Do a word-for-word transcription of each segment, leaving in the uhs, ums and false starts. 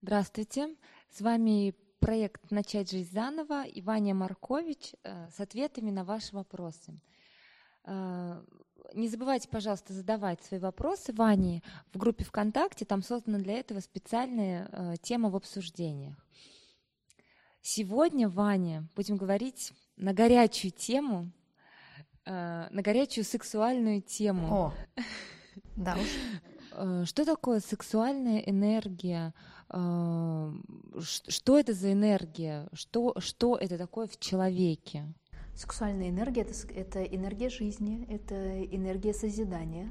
Здравствуйте, с вами проект «Начать жизнь заново» и Ваня Маркович э, с ответами на ваши вопросы. Э, Не забывайте, пожалуйста, задавать свои вопросы Ване в группе ВКонтакте, там создана для этого специальная э, тема в обсуждениях. Сегодня, Ваня, будем говорить на горячую тему, э, на горячую сексуальную тему. О, да уж. Э, Что такое сексуальная энергия? Э, ш- Что это за энергия? Что, что это такое в человеке? Сексуальная энергия это, с- это энергия жизни, это энергия созидания.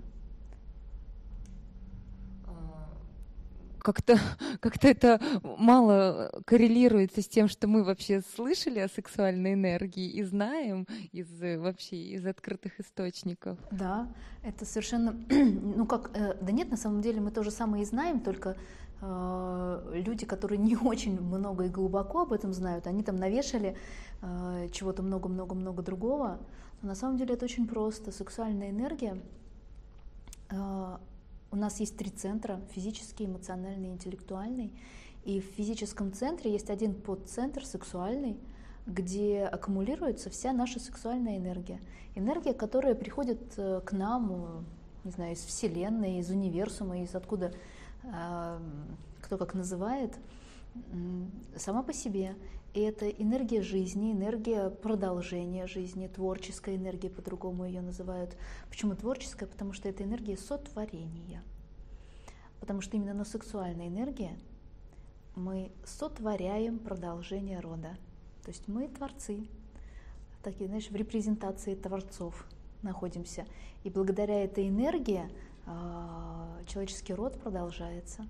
Как-то, как-то это мало коррелируется с тем, что мы вообще слышали о сексуальной энергии и знаем из э, вообще из открытых источников. Да, это совершенно, ну как, э, да нет, на самом деле мы то же самое и знаем, только э, люди, которые не очень много и глубоко об этом знают, они там навешали э, чего-то много-много-много другого. Но на самом деле это очень просто. Сексуальная энергия. э, У нас есть три центра: физический, эмоциональный, интеллектуальный. И в физическом центре есть один подцентр сексуальный, где аккумулируется вся наша сексуальная энергия. Энергия, которая приходит э, к нам, э, не знаю, из Вселенной, из универсума, из откуда, э, кто как называет, м, сама по себе. И это энергия жизни, энергия продолжения жизни, творческая энергия, по-другому ее называют. Почему творческая? Потому что это энергия сотворения. Потому что именно на сексуальной энергии мы сотворяем продолжение рода. То есть мы творцы, такие, знаешь, в репрезентации творцов находимся. И благодаря этой энергии э, человеческий род продолжается.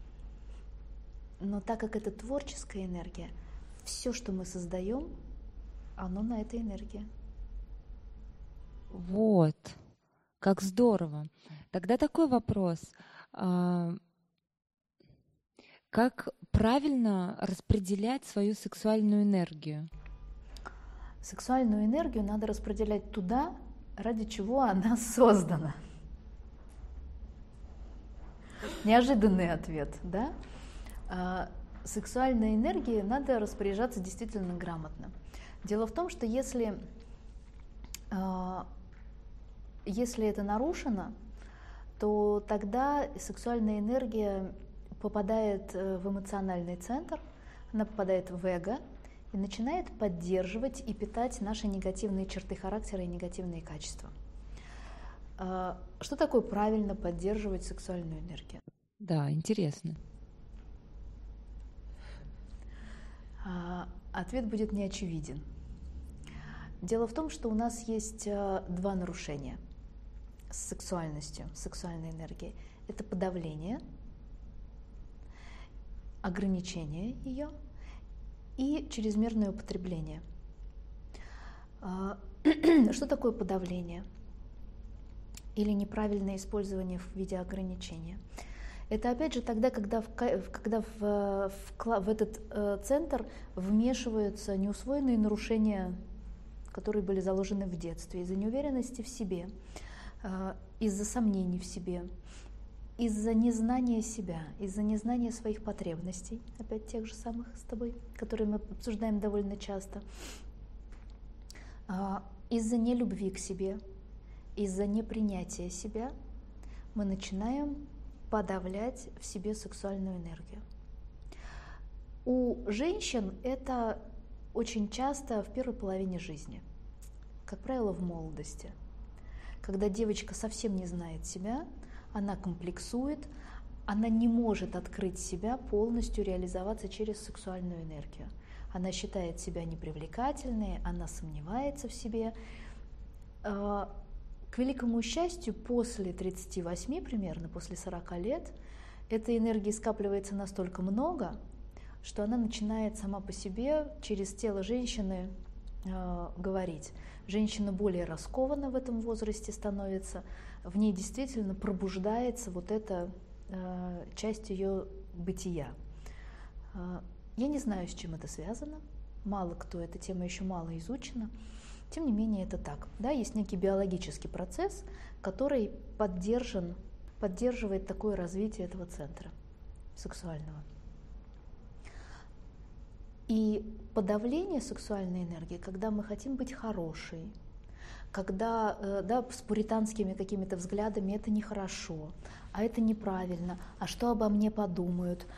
Но так как это творческая энергия, все, что мы создаем, оно на этой энергии. Вот, как здорово. Тогда такой вопрос. А, Как правильно распределять свою сексуальную энергию? Сексуальную энергию надо распределять туда, ради чего она создана. Неожиданный ответ, да? А, Сексуальной энергией надо распоряжаться действительно грамотно. Дело в том, что если, а, если это нарушено, то тогда сексуальная энергия попадает в эмоциональный центр, она попадает в эго и начинает поддерживать и питать наши негативные черты характера и негативные качества. А, Что такое правильно поддерживать сексуальную энергию? Да, интересно. А, Ответ будет неочевиден. Дело в том, что у нас есть а, два нарушения с сексуальностью, с сексуальной энергией. Это подавление, ограничение ее и чрезмерное употребление. А, Что такое подавление или неправильное использование в виде ограничения? Это опять же тогда, когда в, когда в, в, в этот э, центр вмешиваются неусвоенные нарушения, которые были заложены в детстве, из-за неуверенности в себе, э, из-за сомнений в себе, из-за незнания себя, из-за незнания своих потребностей, опять тех же самых с тобой, которые мы обсуждаем довольно часто, э, из-за нелюбви к себе, из-за непринятия себя мы начинаем подавлять в себе сексуальную энергию. У женщин это очень часто в первой половине жизни, как правило, в молодости. Когда девочка совсем не знает себя, она комплексует, она не может открыть себя, полностью реализоваться через сексуальную энергию. Она считает себя непривлекательной, она сомневается в себе. К великому счастью, после тридцати восьми, примерно после сорока лет, этой энергии скапливается настолько много, что она начинает сама по себе через тело женщины э, говорить. Женщина более раскована в этом возрасте становится, в ней действительно пробуждается вот эта э, часть ее бытия. Э, я не знаю, с чем это связано, мало кто, эта тема еще мало изучена. Тем не менее, это так. Да, есть некий биологический процесс, который поддержан, поддерживает такое развитие этого центра сексуального. И подавление сексуальной энергии, когда мы хотим быть хорошей, когда да, с пуританскими какими-то взглядами это нехорошо, а это неправильно, а что обо мне подумают.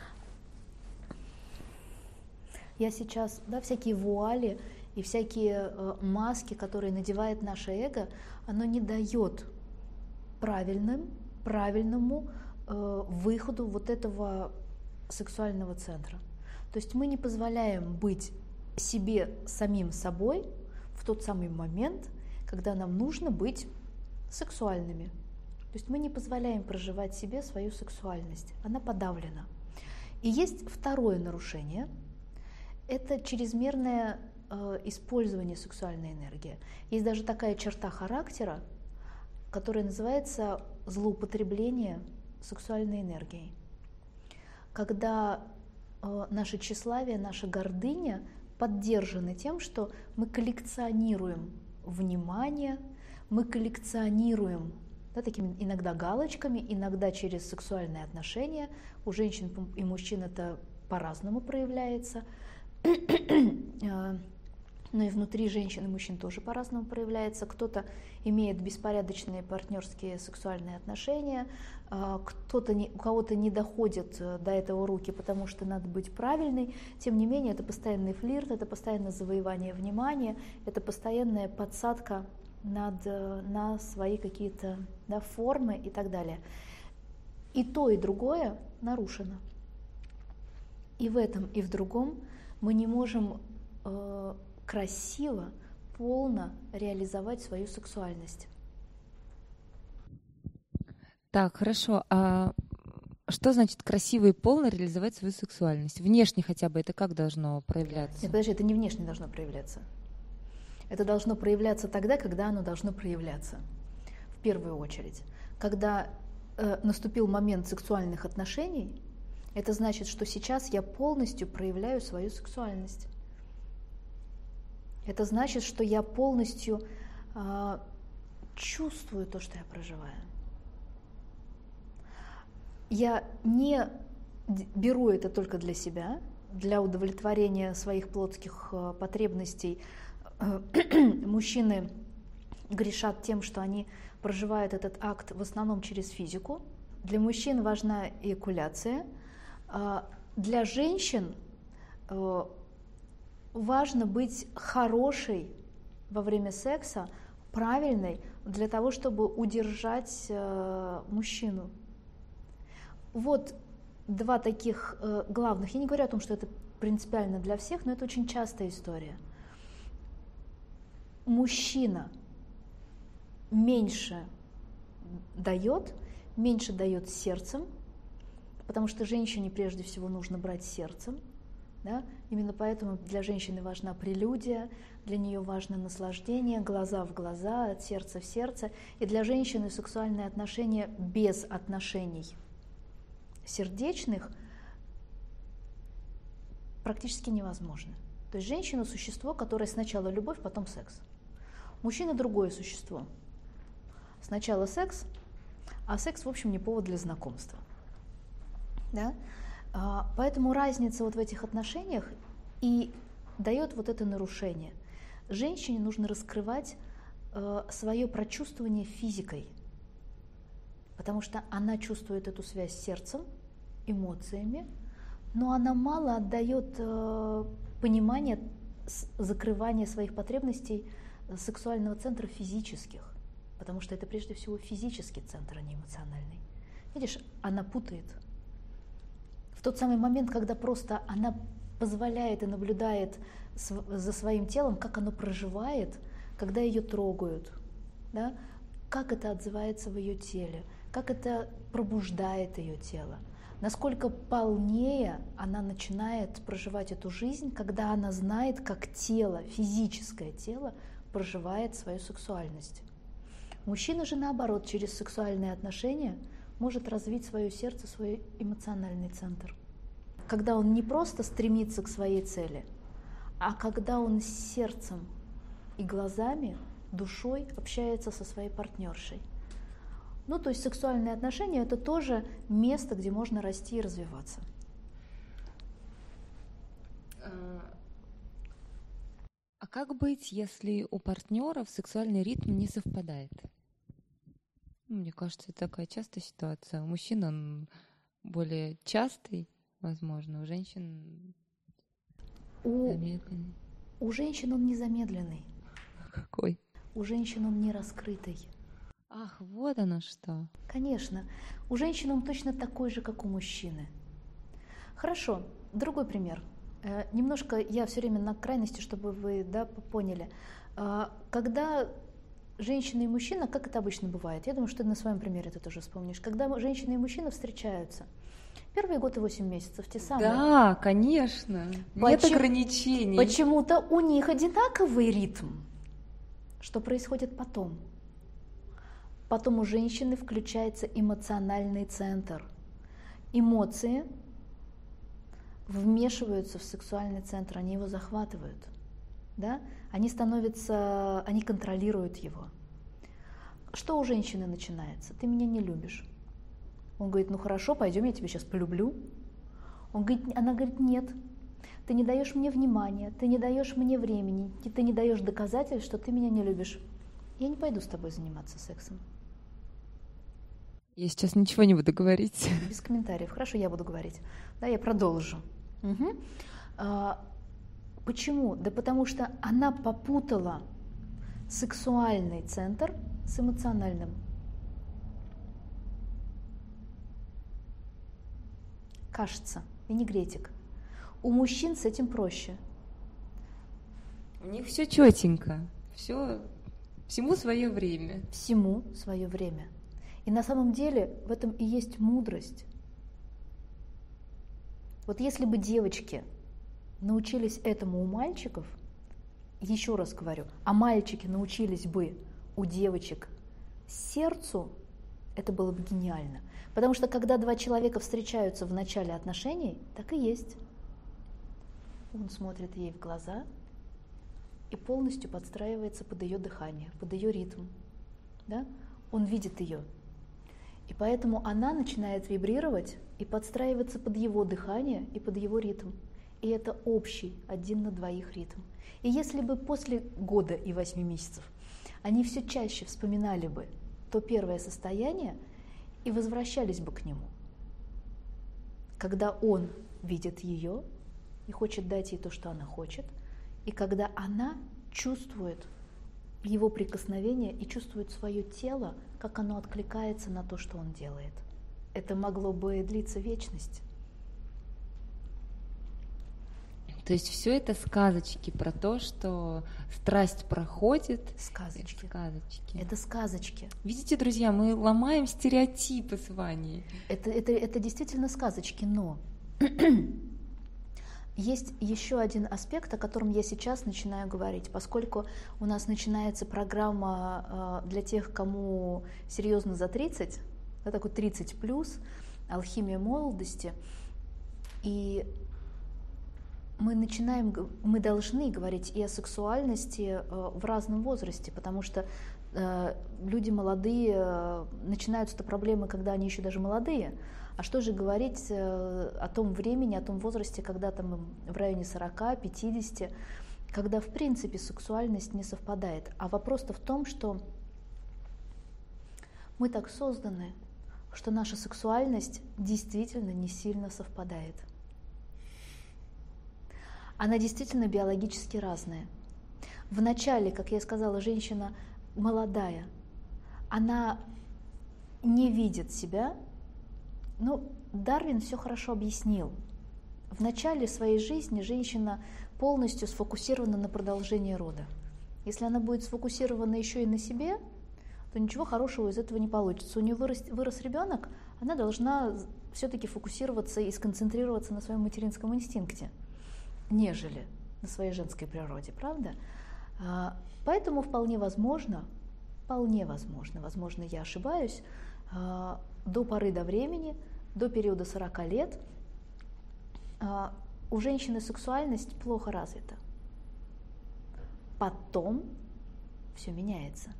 Я сейчас, да, всякие вуали и всякие э, маски, которые надевает наше эго, оно не дает правильным, правильному э, выходу вот этого сексуального центра. То есть мы не позволяем быть себе самим собой в тот самый момент, когда нам нужно быть сексуальными. То есть мы не позволяем проживать себе свою сексуальность, она подавлена. И есть второе нарушение, это чрезмерное э, использование сексуальной энергии. Есть даже такая черта характера, которая называется злоупотребление сексуальной энергией. Когда э, наше тщеславие, наша гордыня поддержаны тем, что мы коллекционируем внимание, мы коллекционируем, да, такими иногда галочками, иногда через сексуальные отношения. У женщин и мужчин это по-разному проявляется. Но и внутри женщин и мужчин тоже по-разному проявляется. Кто-то имеет беспорядочные партнерские сексуальные отношения, кто-то не, у кого-то не доходят до этого руки, потому что надо быть правильной. Тем не менее, это постоянный флирт, это постоянное завоевание внимания, это постоянная подсадка над, на свои какие-то, да, формы и так далее. И то, и другое нарушено. И в этом, и в другом мы не можем э, красиво, полно реализовать свою сексуальность. Так, хорошо. А что значит красиво и полно реализовать свою сексуальность? Внешне хотя бы это как должно проявляться? Нет, подожди, это не внешне должно проявляться. Это должно проявляться тогда, когда оно должно проявляться. В первую очередь. Когда э, наступил момент сексуальных отношений, это значит, что сейчас я полностью проявляю свою сексуальность. Это значит, что я полностью э, чувствую то, что я проживаю. Я не беру это только для себя, для удовлетворения своих плотских э, потребностей. Мужчины грешат тем, что они проживают этот акт в основном через физику. Для мужчин важна эякуляция. Для женщин важно быть хорошей во время секса, правильной, для того, чтобы удержать мужчину. Вот два таких главных. Я не говорю о том, что это принципиально для всех, но это очень частая история. Мужчина меньше дает, меньше дает сердцем, потому что женщине прежде всего нужно брать сердцем. Да? Именно поэтому для женщины важна прелюдия, для нее важно наслаждение, глаза в глаза, от сердца в сердце. И для женщины сексуальные отношения без отношений сердечных практически невозможны. То есть женщина – существо, которое сначала любовь, потом секс. Мужчина – другое существо. Сначала секс, а секс, в общем, не повод для знакомства. Да? Поэтому разница вот в этих отношениях и дает вот это нарушение. Женщине нужно раскрывать свое прочувствование физикой, потому что она чувствует эту связь с сердцем, эмоциями, но она мало отдает понимание закрывания своих потребностей сексуального центра физических, потому что это прежде всего физический центр, а не эмоциональный. Видишь, она путает. В тот самый момент, когда просто она позволяет и наблюдает за своим телом, как оно проживает, когда ее трогают, да, как это отзывается в ее теле, как это пробуждает ее тело, насколько полнее она начинает проживать эту жизнь, когда она знает, как тело, физическое тело проживает свою сексуальность. Мужчина же, наоборот, через сексуальные отношения может развить свое сердце, свой эмоциональный центр. Когда он не просто стремится к своей цели, а когда он сердцем и глазами, душой общается со своей партнершей. Ну, то есть сексуальные отношения – это тоже место, где можно расти и развиваться. как быть, если у партнеров сексуальный ритм не совпадает? Мне кажется, это такая частая ситуация. У мужчин он более частый, возможно, у женщин У, замедленный. у женщин он не замедленный, Какой? у женщин он не раскрытый. Ах, вот оно что. Конечно, у женщин он точно такой же, как у мужчины. Хорошо, другой пример. Э, немножко я все время на крайности, чтобы вы, да, поняли. Э, когда женщина и мужчина, как это обычно бывает, я думаю, что ты на своем примере ты тоже вспомнишь, когда женщина и мужчина встречаются, первый год и восемь месяцев, те самые. Да, конечно. Нет Почему- ограничений. Почему-то у них одинаковый ритм. Что происходит потом? Потом у женщины включается эмоциональный центр. Эмоции вмешиваются в сексуальный центр, они его захватывают. Да? Они становятся, они контролируют его. Что у женщины начинается? Ты меня не любишь. Он говорит, ну хорошо, пойдем, я тебя сейчас полюблю. Он говорит, она говорит, нет, ты не даешь мне внимания, ты не даешь мне времени, ты не даешь доказательств, что ты меня не любишь. Я не пойду с тобой заниматься сексом. Я сейчас ничего не буду говорить. Без комментариев. Хорошо, я буду говорить. Да, я продолжу. Угу. А, почему? Да потому что она попутала сексуальный центр с эмоциональным. Кажется, винегретик. У мужчин с этим проще. У них все четенько, все, всему свое время. Всему свое время. И на самом деле в этом и есть мудрость. Вот если бы девочки научились этому у мальчиков, еще раз говорю, а мальчики научились бы у девочек сердцу, это было бы гениально. Потому что когда два человека встречаются в начале отношений, так и есть. Он смотрит ей в глаза и полностью подстраивается под ее дыхание, под ее ритм. Да? Он видит ее. И поэтому она начинает вибрировать и подстраиваться под его дыхание и под его ритм. И это общий, один на двоих ритм. И если бы после года и восьми месяцев они все чаще вспоминали бы то первое состояние и возвращались бы к нему, когда он видит ее и хочет дать ей то, что она хочет, и когда она чувствует его прикосновение и чувствует свое тело, как оно откликается на то, что он делает. Это могло бы длиться вечность. То есть все это сказочки про то, что страсть проходит. Сказочки. Сказочки. Это сказочки. Видите, друзья, мы ломаем стереотипы с Ваней. Это, это, это действительно сказочки, но есть еще один аспект, о котором я сейчас начинаю говорить, поскольку у нас начинается программа для тех, кому серьезно за тридцать, да, такой тридцать плюс, алхимия молодости, и мы начинаем, мы должны говорить и о сексуальности в разном возрасте, потому что люди молодые, начинаются-то проблемы, когда они еще даже молодые. А что же говорить о том времени, о том возрасте, когда там в районе сорока, пятидесяти, когда в принципе сексуальность не совпадает. А вопрос-то в том, что мы так созданы, что наша сексуальность действительно не сильно совпадает. Она действительно биологически разная. Вначале, как я сказала, женщина молодая, она не видит себя. Ну, Дарвин все хорошо объяснил. В начале своей жизни женщина полностью сфокусирована на продолжении рода. Если она будет сфокусирована еще и на себе, то ничего хорошего из этого не получится. У нее вырос, вырос ребенок, она должна все-таки фокусироваться и сконцентрироваться на своем материнском инстинкте, нежели на своей женской природе, правда? Поэтому вполне возможно, вполне возможно, возможно, я ошибаюсь, до поры до времени, до периода сорока лет у женщины сексуальность плохо развита. Потом все меняется.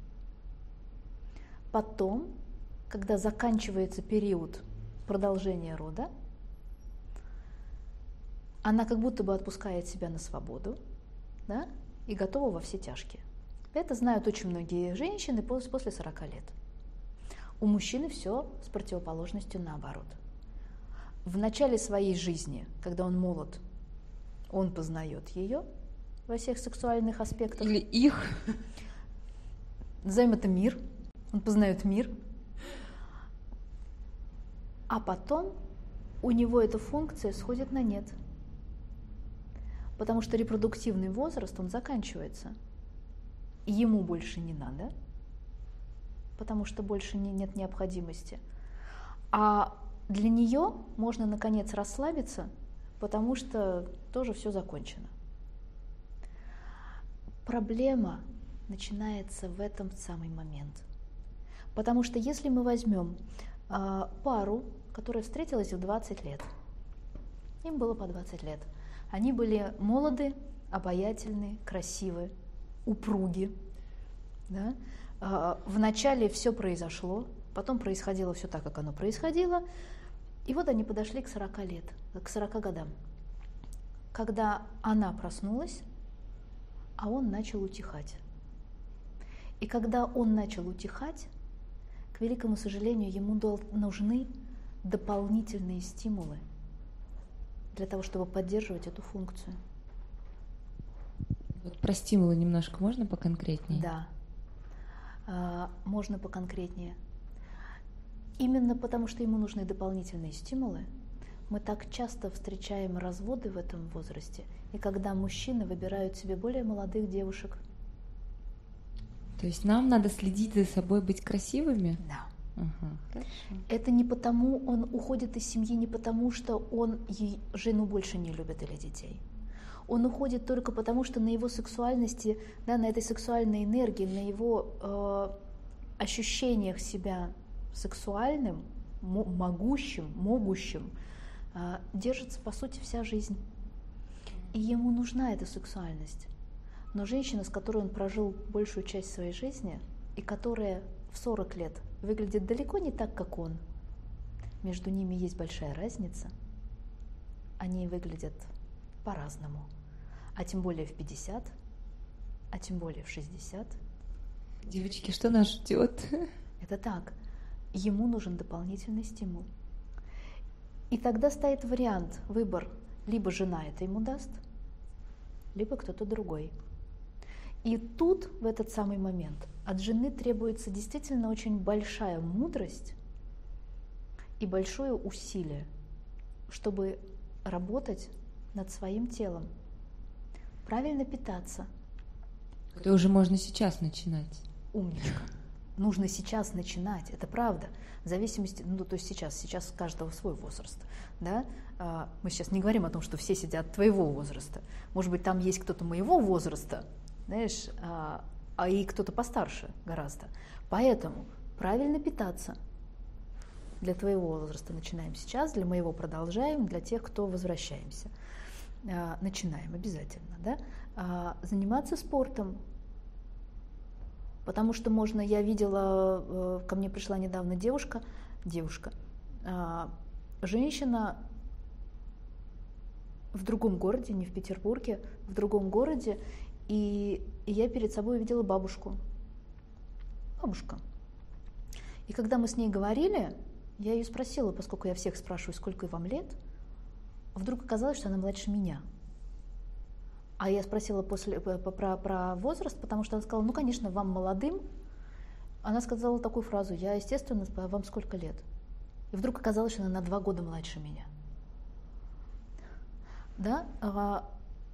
Потом, когда заканчивается период продолжения рода, она как будто бы отпускает себя на свободу, да? и готова во все тяжкие. Это знают очень многие женщины после сорока лет. У мужчины все с противоположностью наоборот. В начале своей жизни, когда он молод, он познает ее во всех сексуальных аспектах. Или их. Назовем это мир. Он познает мир. А потом у него эта функция сходит на нет. Потому что репродуктивный возраст, он заканчивается. И ему больше не надо, потому что больше не, нет необходимости. А для нее можно наконец расслабиться, потому что тоже все закончено. Проблема начинается в этом самый момент. Потому что если мы возьмем э, пару, которая встретилась в двадцать лет, им было по двадцать лет, они были молоды, обаятельны, красивы, упруги. Да? Вначале все произошло, потом происходило все так, как оно происходило, и вот они подошли к сорока лет, к сорока годам, когда она проснулась, а он начал утихать. И когда он начал утихать, к великому сожалению, ему нужны дополнительные стимулы для того, чтобы поддерживать эту функцию. Вот про стимулы немножко можно поконкретнее? Да, а, можно поконкретнее. Именно потому, что ему нужны дополнительные стимулы, мы так часто встречаем разводы в этом возрасте, и когда мужчины выбирают себе более молодых девушек. То есть нам надо следить за собой, быть красивыми? Да. Ага, хорошо. Это не потому, он уходит из семьи не потому, что он ей, жену больше не любит или детей. Он уходит только потому, что на его сексуальности, да, на этой сексуальной энергии, на его э, ощущениях себя сексуальным, могущим, могущим, э, держится, по сути, вся жизнь. И ему нужна эта сексуальность. Но женщина, с которой он прожил большую часть своей жизни, и которая в сорок лет выглядит далеко не так, как он, между ними есть большая разница, они выглядят по-разному. А тем более в пятьдесят, а тем более в шестьдесят. Девочки, что нас ждет? Это так. Ему нужен дополнительный стимул. И тогда стоит вариант, выбор. Либо жена это ему даст, либо кто-то другой. И тут, в этот самый момент, от жены требуется действительно очень большая мудрость и большое усилие, чтобы работать над своим телом, правильно питаться. Это уже можно сейчас начинать. Умничка. Нужно сейчас начинать, это правда. В зависимости, ну то есть сейчас, сейчас у каждого свой возраст. Да? Мы сейчас не говорим о том, что все сидят твоего возраста. Может быть, там есть кто-то моего возраста, знаешь, а, а и кто-то постарше гораздо. Поэтому правильно питаться. Для твоего возраста начинаем сейчас, для моего продолжаем, для тех, кто возвращаемся. А, начинаем обязательно. Да? А, заниматься спортом. Потому что можно, я видела, ко мне пришла недавно девушка, девушка, а, женщина в другом городе, не в Петербурге, в другом городе, и, и я перед собой увидела бабушку. Бабушка. И когда мы с ней говорили, я ее спросила, поскольку я всех спрашиваю, сколько вам лет, вдруг оказалось, что она младше меня. А я спросила после, про, про возраст, потому что она сказала, ну, конечно, вам молодым. Она сказала такую фразу, я, естественно, вам сколько лет? И вдруг оказалось, что она на два года младше меня. Да? А,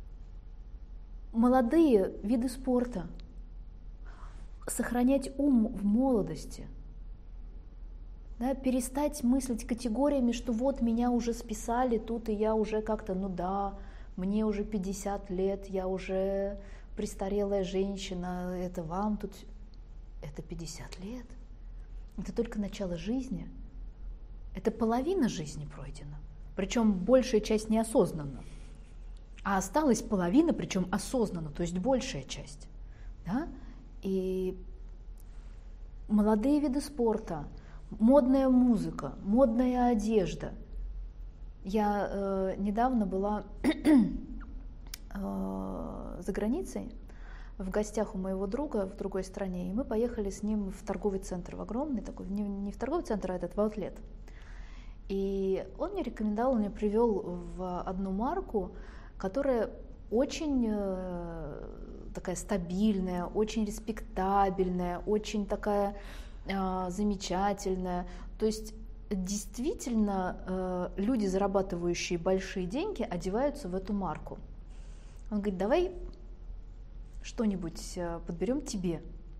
молодые виды спорта. Сохранять ум в молодости. Да? Перестать мыслить категориями, что вот меня уже списали тут, и я уже как-то, ну да, мне уже пятьдесят лет, я уже престарелая женщина, это вам тут... Это пятьдесят лет. Это только начало жизни. Это половина жизни пройдена. Причем большая часть неосознанно. А осталась половина, причем осознанно, то есть большая часть. Да? И молодые виды спорта, модная музыка, модная одежда. Я э, недавно была э, за границей, в гостях у моего друга в другой стране, и мы поехали с ним в торговый центр, в огромный такой, не, не в торговый центр, а этот, в аутлет. И он мне рекомендовал, он меня привел в одну марку, которая очень э, такая стабильная, очень респектабельная, очень такая э, замечательная. То есть действительно э, люди, зарабатывающие большие деньги, одеваются в эту марку. Он говорит, давай что-нибудь подберем тебе.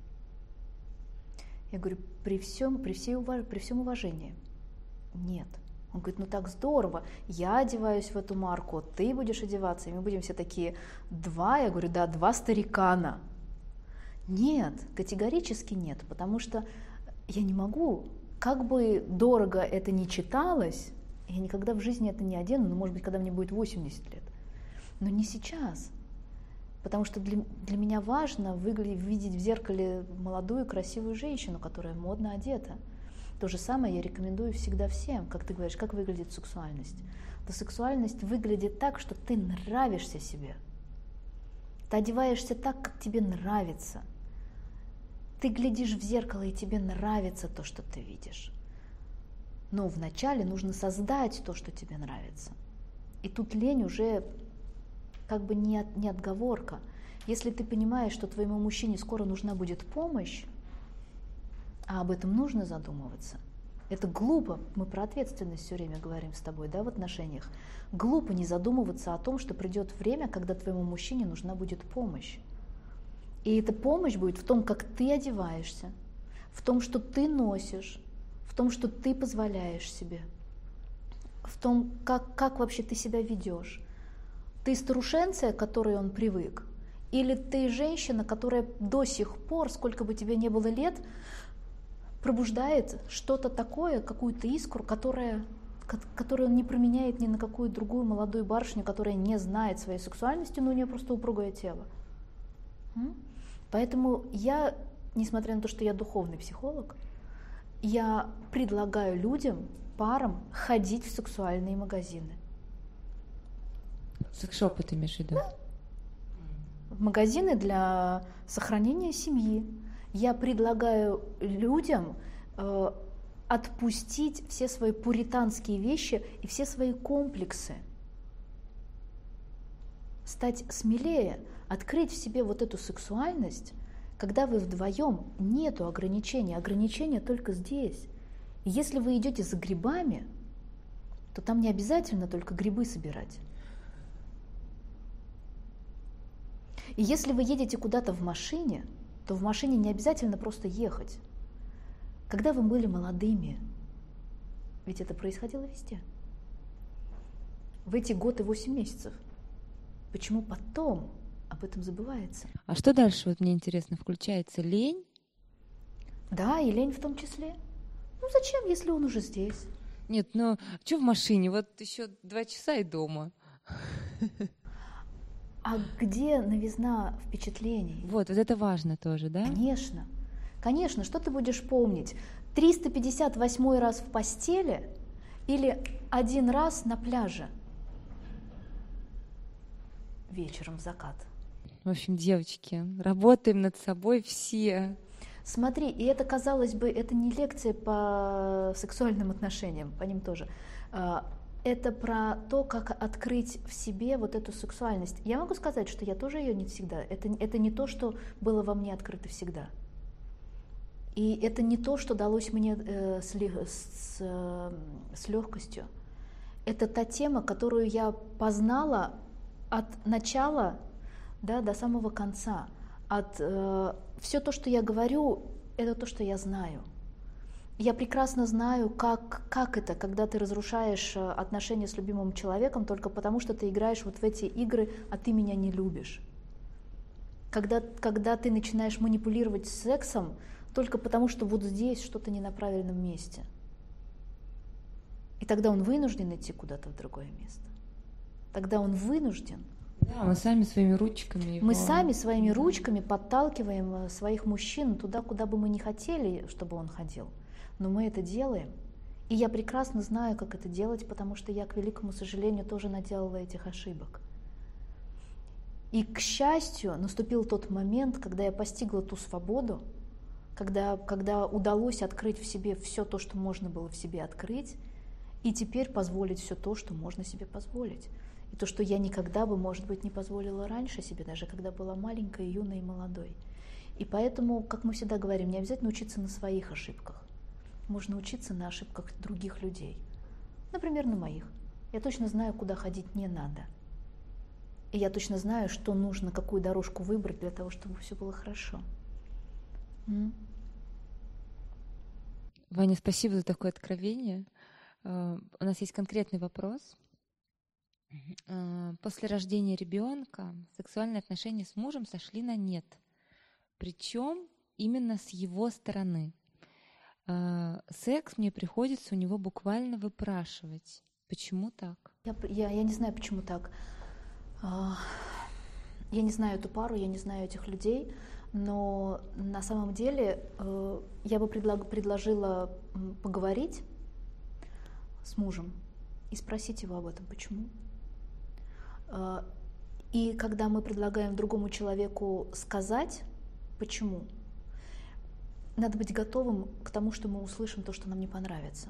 Я говорю, при всем, при, всей уваж... при всем уважении. Нет. Он говорит, ну так здорово, я одеваюсь в эту марку, ты будешь одеваться, и мы будем все такие, два, я говорю, да, два старикана. Нет, категорически нет, потому что я не могу, как бы дорого это ни читалось, я никогда в жизни это не одену, ну, может быть, когда мне будет восемьдесят лет, но не сейчас. Потому что для, для меня важно выглядеть, видеть в зеркале молодую красивую женщину, которая модно одета. То же самое я рекомендую всегда всем. Как ты говоришь, как выглядит сексуальность? То сексуальность выглядит так, что ты нравишься себе. Ты одеваешься так, как тебе нравится. Ты глядишь в зеркало, и тебе нравится то, что ты видишь. Но вначале нужно создать то, что тебе нравится. И тут лень уже как бы не, от, не отговорка. Если ты понимаешь, что твоему мужчине скоро нужна будет помощь, а об этом нужно задумываться, это глупо, мы про ответственность все время говорим с тобой, да, в отношениях, глупо не задумываться о том, что придет время, когда твоему мужчине нужна будет помощь. И эта помощь будет в том, как ты одеваешься, в том, что ты носишь, в том, что ты позволяешь себе, в том, как, как вообще ты себя ведешь. Ты старушенция, к которой он привык, или ты женщина, которая до сих пор, сколько бы тебе ни было лет, пробуждает что-то такое, какую-то искру, которая, которую он не променяет ни на какую другую молодую барышню, которая не знает своей сексуальности, но у нее просто упругое тело. Поэтому я, несмотря на то, что я духовный психолог, я предлагаю людям, парам, ходить в сексуальные магазины. Секс-шопы ты имеешь в виду? Да. В магазины для сохранения семьи. Я предлагаю людям э, отпустить все свои пуританские вещи и все свои комплексы. Стать смелее, открыть в себе вот эту сексуальность, когда вы вдвоем, нету ограничений, ограничения только здесь. И если вы идете за грибами, то там не обязательно только грибы собирать. И если вы едете куда-то в машине, то в машине не обязательно просто ехать. Когда вы были молодыми, ведь это происходило везде. В эти год и восемь месяцев. Почему потом об этом забывается? А что дальше, вот мне интересно, включается лень? Да, и лень в том числе. Ну зачем, если он уже здесь? Нет, ну что в машине? Вот еще два часа и дома. А где новизна впечатлений? Вот, вот это важно тоже, да? Конечно. Конечно, что ты будешь помнить? триста пятьдесят восьмой раз в постели или один раз на пляже? Вечером в закат. В общем, девочки, работаем над собой все. Смотри, и это, казалось бы, это не лекция по сексуальным отношениям, по ним тоже. Это про то, как открыть в себе вот эту сексуальность. Я могу сказать, что я тоже ее не всегда. Это, это не то, что было во мне открыто всегда. И это не то, что далось мне э, с, с, с легкостью. Это та тема, которую я познала от начала, да, до самого конца. От, э, все то, что я говорю, это то, что я знаю. Я прекрасно знаю, как, как это, когда ты разрушаешь отношения с любимым человеком только потому, что ты играешь вот в эти игры, а ты меня не любишь. Когда, когда ты начинаешь манипулировать сексом только потому, что вот здесь что-то не на правильном месте. И тогда он вынужден идти куда-то в другое место. Тогда он вынужден. Да, мы сами своими ручками. Его... Мы сами своими ручками подталкиваем своих мужчин туда, куда бы мы не хотели, чтобы он ходил. Но мы это делаем. И я прекрасно знаю, как это делать, потому что я, к великому сожалению, тоже наделала этих ошибок. И, к счастью, наступил тот момент, когда я постигла ту свободу, когда, когда удалось открыть в себе все то, что можно было в себе открыть, и теперь позволить все то, что можно себе позволить. И то, что я никогда бы, может быть, не позволила раньше себе, даже когда была маленькой, юной и молодой. И поэтому, как мы всегда говорим, не обязательно учиться на своих ошибках. Можно учиться на ошибках других людей. Например, на моих. Я точно знаю, куда ходить не надо. И я точно знаю, что нужно, какую дорожку выбрать для того, чтобы все было хорошо. М? Ваня, спасибо за такое откровение. Uh, у нас есть конкретный вопрос. Uh, после рождения ребенка сексуальные отношения с мужем сошли на нет. Причем именно с его стороны. Uh, секс мне приходится у него буквально выпрашивать. Почему так? Я, я, я не знаю, почему так. Я не знаю эту пару, я не знаю этих людей, но на самом деле я бы предлаг, предложила поговорить с мужем и спросить его об этом, почему. И когда мы предлагаем другому человеку сказать, почему, надо быть готовым к тому, что мы услышим то, что нам не понравится.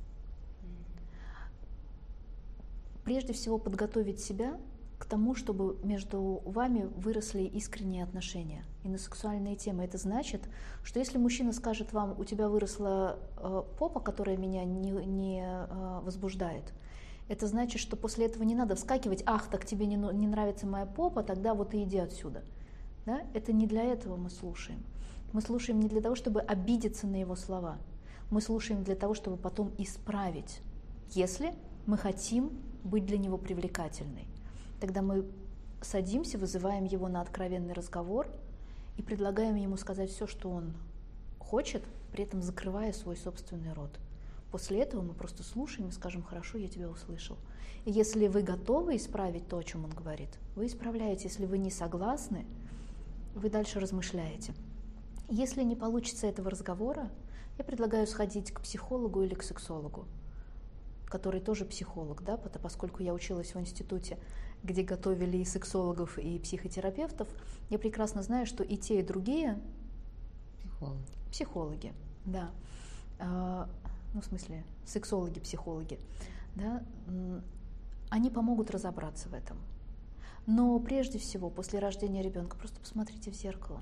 Прежде всего подготовить себя к тому, чтобы между вами выросли искренние отношения и на сексуальные темы. Это значит, что если мужчина скажет вам, у тебя выросла э, попа, которая меня не, не э, возбуждает, это значит, что после этого не надо вскакивать, ах, так тебе не, не нравится моя попа, тогда вот и иди отсюда. Да? Это не для этого мы слушаем. Мы слушаем не для того, чтобы обидеться на его слова. Мы слушаем для того, чтобы потом исправить, если мы хотим быть для него привлекательной. Тогда мы садимся, вызываем его на откровенный разговор и предлагаем ему сказать все, что он хочет, при этом закрывая свой собственный рот. После этого мы просто слушаем и скажем: хорошо, я тебя услышал. И если вы готовы исправить то, о чем он говорит, вы исправляете. Если вы не согласны, вы дальше размышляете. Если не получится этого разговора, я предлагаю сходить к психологу или к сексологу, который тоже психолог, да, поскольку я училась в институте, где готовили и сексологов, и психотерапевтов, я прекрасно знаю, что и те, и другие психологи, психологи, да, а, ну, в смысле, сексологи, психологи, да, они помогут разобраться в этом. Но прежде всего, после рождения ребенка, просто посмотрите в зеркало.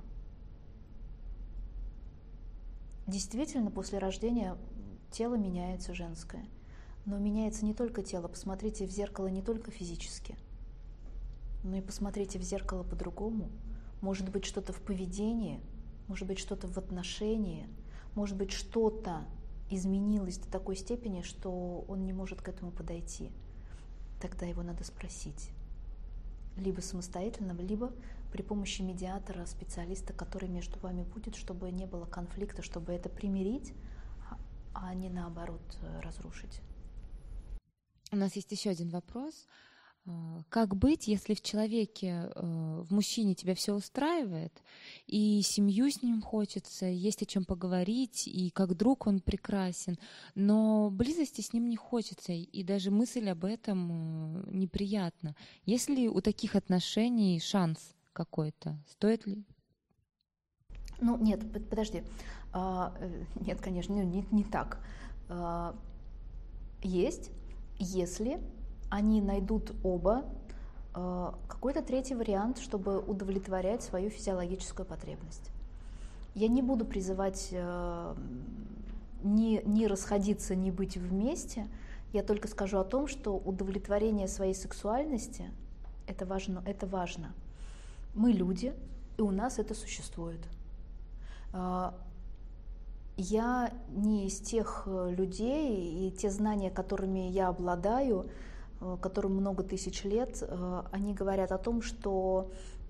Действительно, после рождения тело меняется женское. Но меняется не только тело. Посмотрите в зеркало не только физически, но и посмотрите в зеркало по-другому. Может быть, что-то в поведении, может быть, что-то в отношении, может быть, что-то изменилось до такой степени, что он не может к этому подойти. Тогда его надо спросить. Либо самостоятельно, либо при помощи медиатора, специалиста, который между вами будет, чтобы не было конфликта, чтобы это примирить, а не наоборот разрушить. У нас есть еще один вопрос. Как быть, если в человеке, в мужчине тебя все устраивает, и семью с ним хочется, есть о чем поговорить, и как друг он прекрасен, но близости с ним не хочется, и даже мысль об этом неприятна. Есть ли у таких отношений шанс какой-то? Стоит ли? Ну, нет, подожди. А, нет, конечно, не, не так. А, есть, если они найдут оба э, какой-то третий вариант, чтобы удовлетворять свою физиологическую потребность. Я не буду призывать э, ни, ни расходиться, ни быть вместе. Я только скажу о том, что удовлетворение своей сексуальности – это важно, это важно. Мы люди, и у нас это существует. Э, я не из тех людей, и те знания, которыми я обладаю, которым много тысяч лет, они говорят о том, что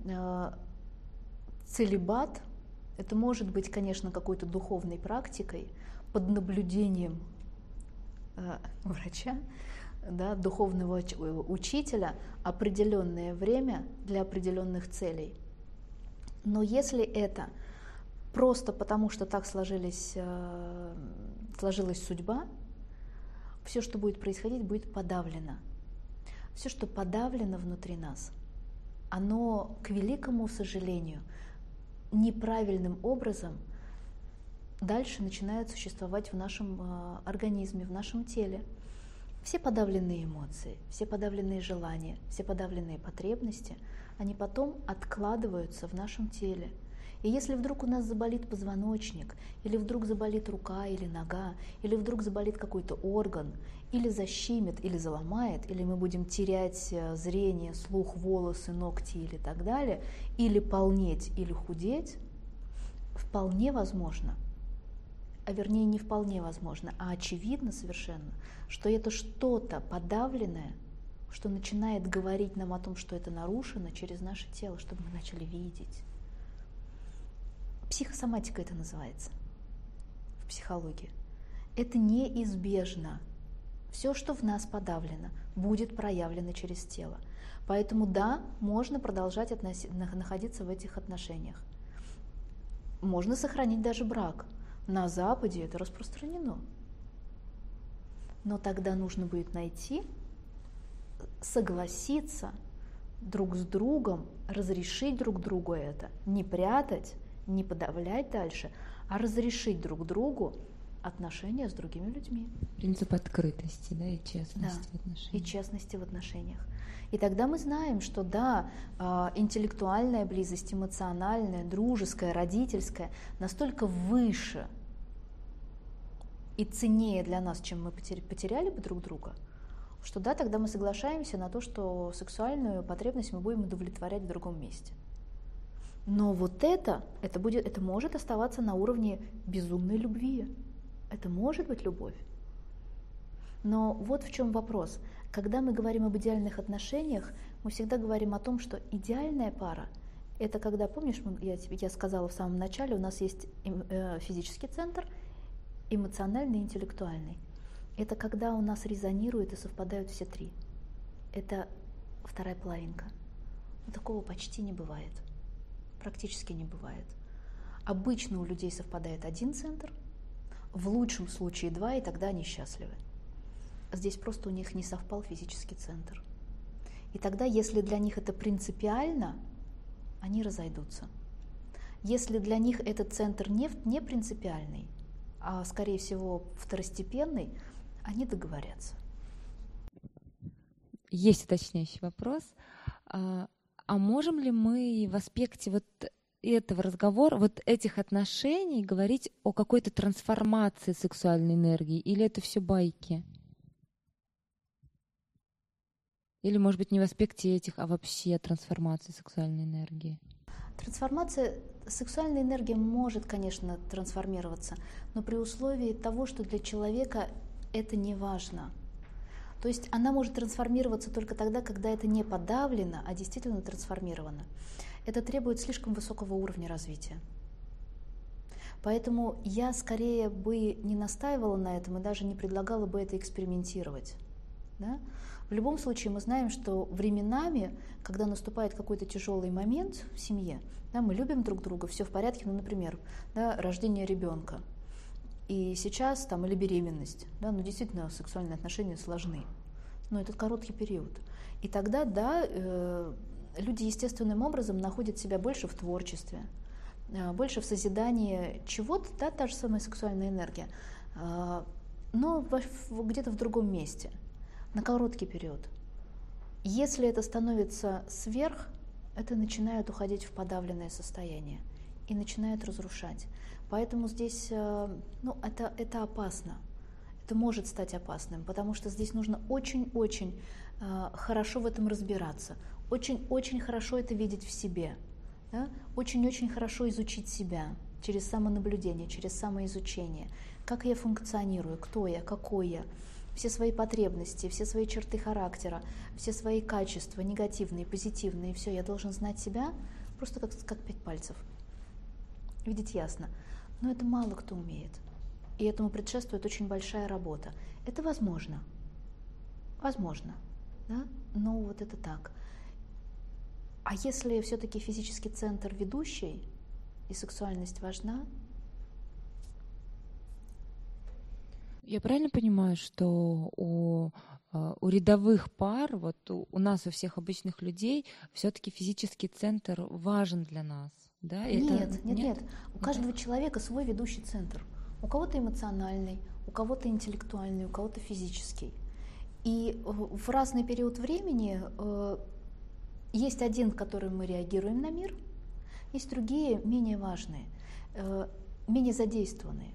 целибат – это может быть, конечно, какой-то духовной практикой под наблюдением врача, да, духовного учителя определенное время для определенных целей. Но если это просто потому, что так сложились, сложилась судьба, все, что будет происходить, будет подавлено. Все, что подавлено внутри нас, оно, к великому сожалению, неправильным образом дальше начинает существовать в нашем э, организме, в нашем теле. Все подавленные эмоции, все подавленные желания, все подавленные потребности, они потом откладываются в нашем теле. И если вдруг у нас заболит позвоночник, или вдруг заболит рука или нога, или вдруг заболит какой-то орган, или защемит, или заломает, или мы будем терять зрение, слух, волосы, ногти или так далее, или полнеть, или худеть, вполне возможно, а вернее не вполне возможно, а очевидно совершенно, что это что-то подавленное, что начинает говорить нам о том, что это нарушено через наше тело, чтобы мы начали видеть. Психосоматика это называется в психологии. Это неизбежно. Все, что в нас подавлено, будет проявлено через тело. Поэтому да, можно продолжать относи- находиться в этих отношениях. Можно сохранить даже брак. На Западе это распространено. Но тогда нужно будет найти, согласиться друг с другом, разрешить друг другу это, не прятать, не подавлять дальше, а разрешить друг другу отношения с другими людьми. Принцип открытости, да, и честности да, в отношениях. И честности в отношениях. И тогда мы знаем, что да, интеллектуальная близость, эмоциональная, дружеская, родительская настолько выше и ценнее для нас, чем мы потеряли бы друг друга, что да, тогда мы соглашаемся на то, что сексуальную потребность мы будем удовлетворять в другом месте. Но вот это, это, будет, это может оставаться на уровне безумной любви. Это может быть любовь. Но вот в чем вопрос. Когда мы говорим об идеальных отношениях, мы всегда говорим о том, что идеальная пара – это когда, помнишь, я, я сказала в самом начале, у нас есть физический центр, эмоциональный и интеллектуальный. Это когда у нас резонирует и совпадают все три. Это вторая половинка. Но такого почти не бывает. Практически не бывает. Обычно у людей совпадает один центр, в лучшем случае два, и тогда они счастливы. Здесь просто у них не совпал физический центр. И тогда, если для них это принципиально, они разойдутся. Если для них этот центр не, не принципиальный, а, скорее всего, второстепенный, они договорятся. Есть уточняющий вопрос. А, а можем ли мы в аспекте вот этого разговора, вот этих отношений говорить о какой-то трансформации сексуальной энергии? Или это все байки? Или, может быть, не в аспекте этих, а вообще трансформации сексуальной энергии? Трансформация, сексуальная энергия может, конечно, трансформироваться, но при условии того, что для человека это не важно. То есть она может трансформироваться только тогда, когда это не подавлено, а действительно трансформировано. Это требует слишком высокого уровня развития. Поэтому я скорее бы не настаивала на этом и даже не предлагала бы это экспериментировать. Да? В любом случае мы знаем, что временами, когда наступает какой-то тяжелый момент в семье, да, мы любим друг друга, все в порядке, ну, например, да, рождение ребенка. И сейчас, там, или беременность, да, ну, действительно, сексуальные отношения сложны, но это короткий период. И тогда, да, э, люди естественным образом находят себя больше в творчестве, э, больше в созидании чего-то, да, та же самая сексуальная энергия, э, но в, где-то в другом месте, на короткий период. Если это становится сверх, это начинает уходить в подавленное состояние и начинает разрушать. Поэтому здесь, ну, это, это опасно, это может стать опасным, потому что здесь нужно очень-очень э, хорошо в этом разбираться, очень-очень хорошо это видеть в себе, да? Очень-очень хорошо изучить себя через самонаблюдение, через самоизучение, как я функционирую, кто я, какой я, все свои потребности, все свои черты характера, все свои качества, негативные, позитивные, все, я должен знать себя просто как, как пять пальцев, видеть ясно. Но это мало кто умеет, и этому предшествует очень большая работа. Это возможно, возможно, да? Но вот это так. А если все-таки физический центр ведущий, и сексуальность важна? Я правильно понимаю, что у у рядовых пар, вот у, у нас, у всех обычных людей, все-таки физический центр важен для нас. Да? Нет, Это... нет, нет, нет. У каждого да. человека свой ведущий центр. У кого-то эмоциональный, у кого-то интеллектуальный, у кого-то физический. И в разный период времени э, есть один, в котором мы реагируем на мир, есть другие, менее важные, э, менее задействованные.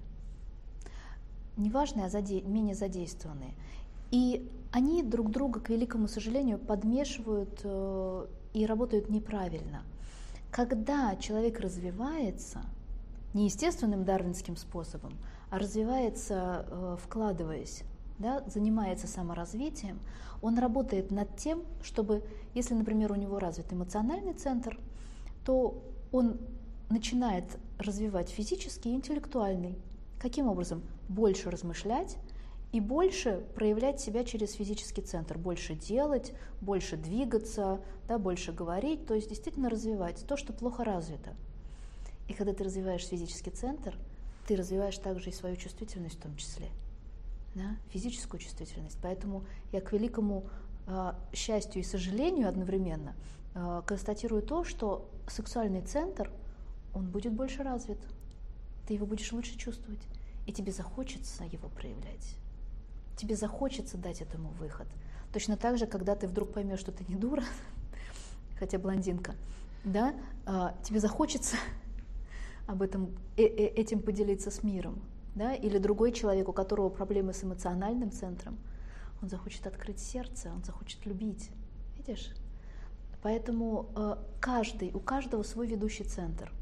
Не важные, а заде... менее задействованные. И они друг друга, к великому сожалению, подмешивают э, и работают неправильно. Когда человек развивается, не естественным дарвинским способом, а развивается, э, вкладываясь, да, занимается саморазвитием, он работает над тем, чтобы, если, например, у него развит эмоциональный центр, то он начинает развивать физический и интеллектуальный. Каким образом? Больше размышлять и больше проявлять себя через физический центр, больше делать, больше двигаться, да, больше говорить, то есть действительно развивать то, что плохо развито. И когда ты развиваешь физический центр, ты развиваешь также и свою чувствительность в том числе. Да, физическую чувствительность. Поэтому я к великому э, счастью и сожалению одновременно э, констатирую то, что сексуальный центр, он будет больше развит. Ты его будешь лучше чувствовать. И тебе захочется его проявлять. Тебе захочется дать этому выход. Точно так же, когда ты вдруг поймешь, что ты не дура, хотя блондинка, да, э, тебе захочется об этом, э, э, этим поделиться с миром. Да? Или другой человек, у которого проблемы с эмоциональным центром, он захочет открыть сердце, он захочет любить. Видишь? Поэтому э, каждый, у каждого свой ведущий центр,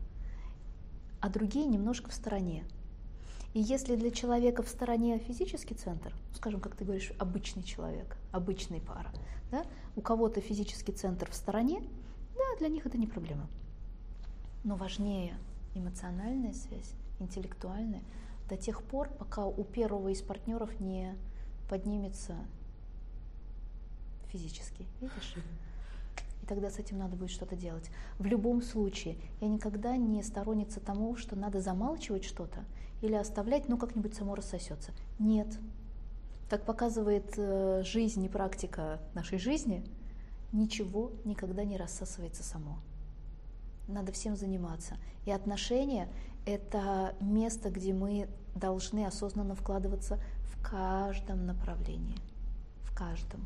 а другие немножко в стороне. И если для человека в стороне физический центр, скажем, как ты говоришь, обычный человек, обычная пара, да? У кого-то физический центр в стороне, да, для них это не проблема. Но важнее эмоциональная связь, интеллектуальная, до тех пор, пока у первого из партнеров не поднимется физически. Видишь? И тогда с этим надо будет что-то делать. В любом случае, я никогда не сторонница тому, что надо замалчивать что-то или оставлять, ну как-нибудь само рассосется. Нет. Как показывает э, жизнь и практика нашей жизни, ничего никогда не рассасывается само. Надо всем заниматься. И отношения — это место, где мы должны осознанно вкладываться в каждом направлении. В каждом.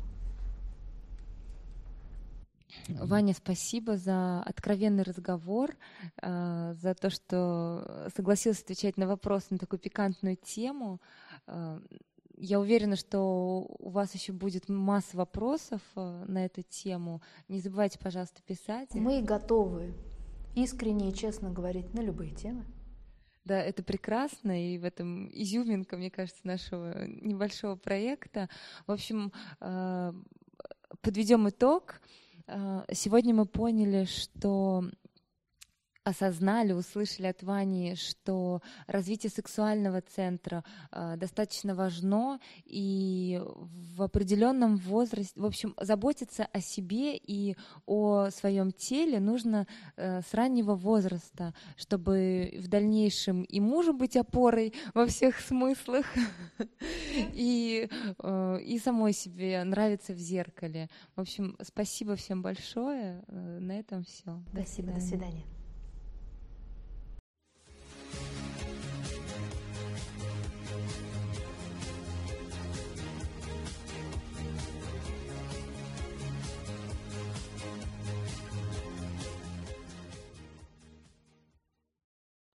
Ваня, спасибо за откровенный разговор, за то, что согласилась отвечать на вопросы на такую пикантную тему. Я уверена, что у вас еще будет масса вопросов на эту тему. Не забывайте, пожалуйста, писать. Мы готовы искренне и честно говорить на любые темы. Да, это прекрасно, и в этом изюминка, мне кажется, нашего небольшого проекта. В общем, подведем итог. Сегодня мы поняли, что осознали, услышали от Вани, что развитие сексуального центра э, достаточно важно, и в определенном возрасте, в общем, заботиться о себе и о своем теле нужно э, с раннего возраста, чтобы в дальнейшем и мужу быть опорой во всех смыслах, и, э, и самой себе нравиться в зеркале. В общем, спасибо всем большое. На этом все. Спасибо, до свидания.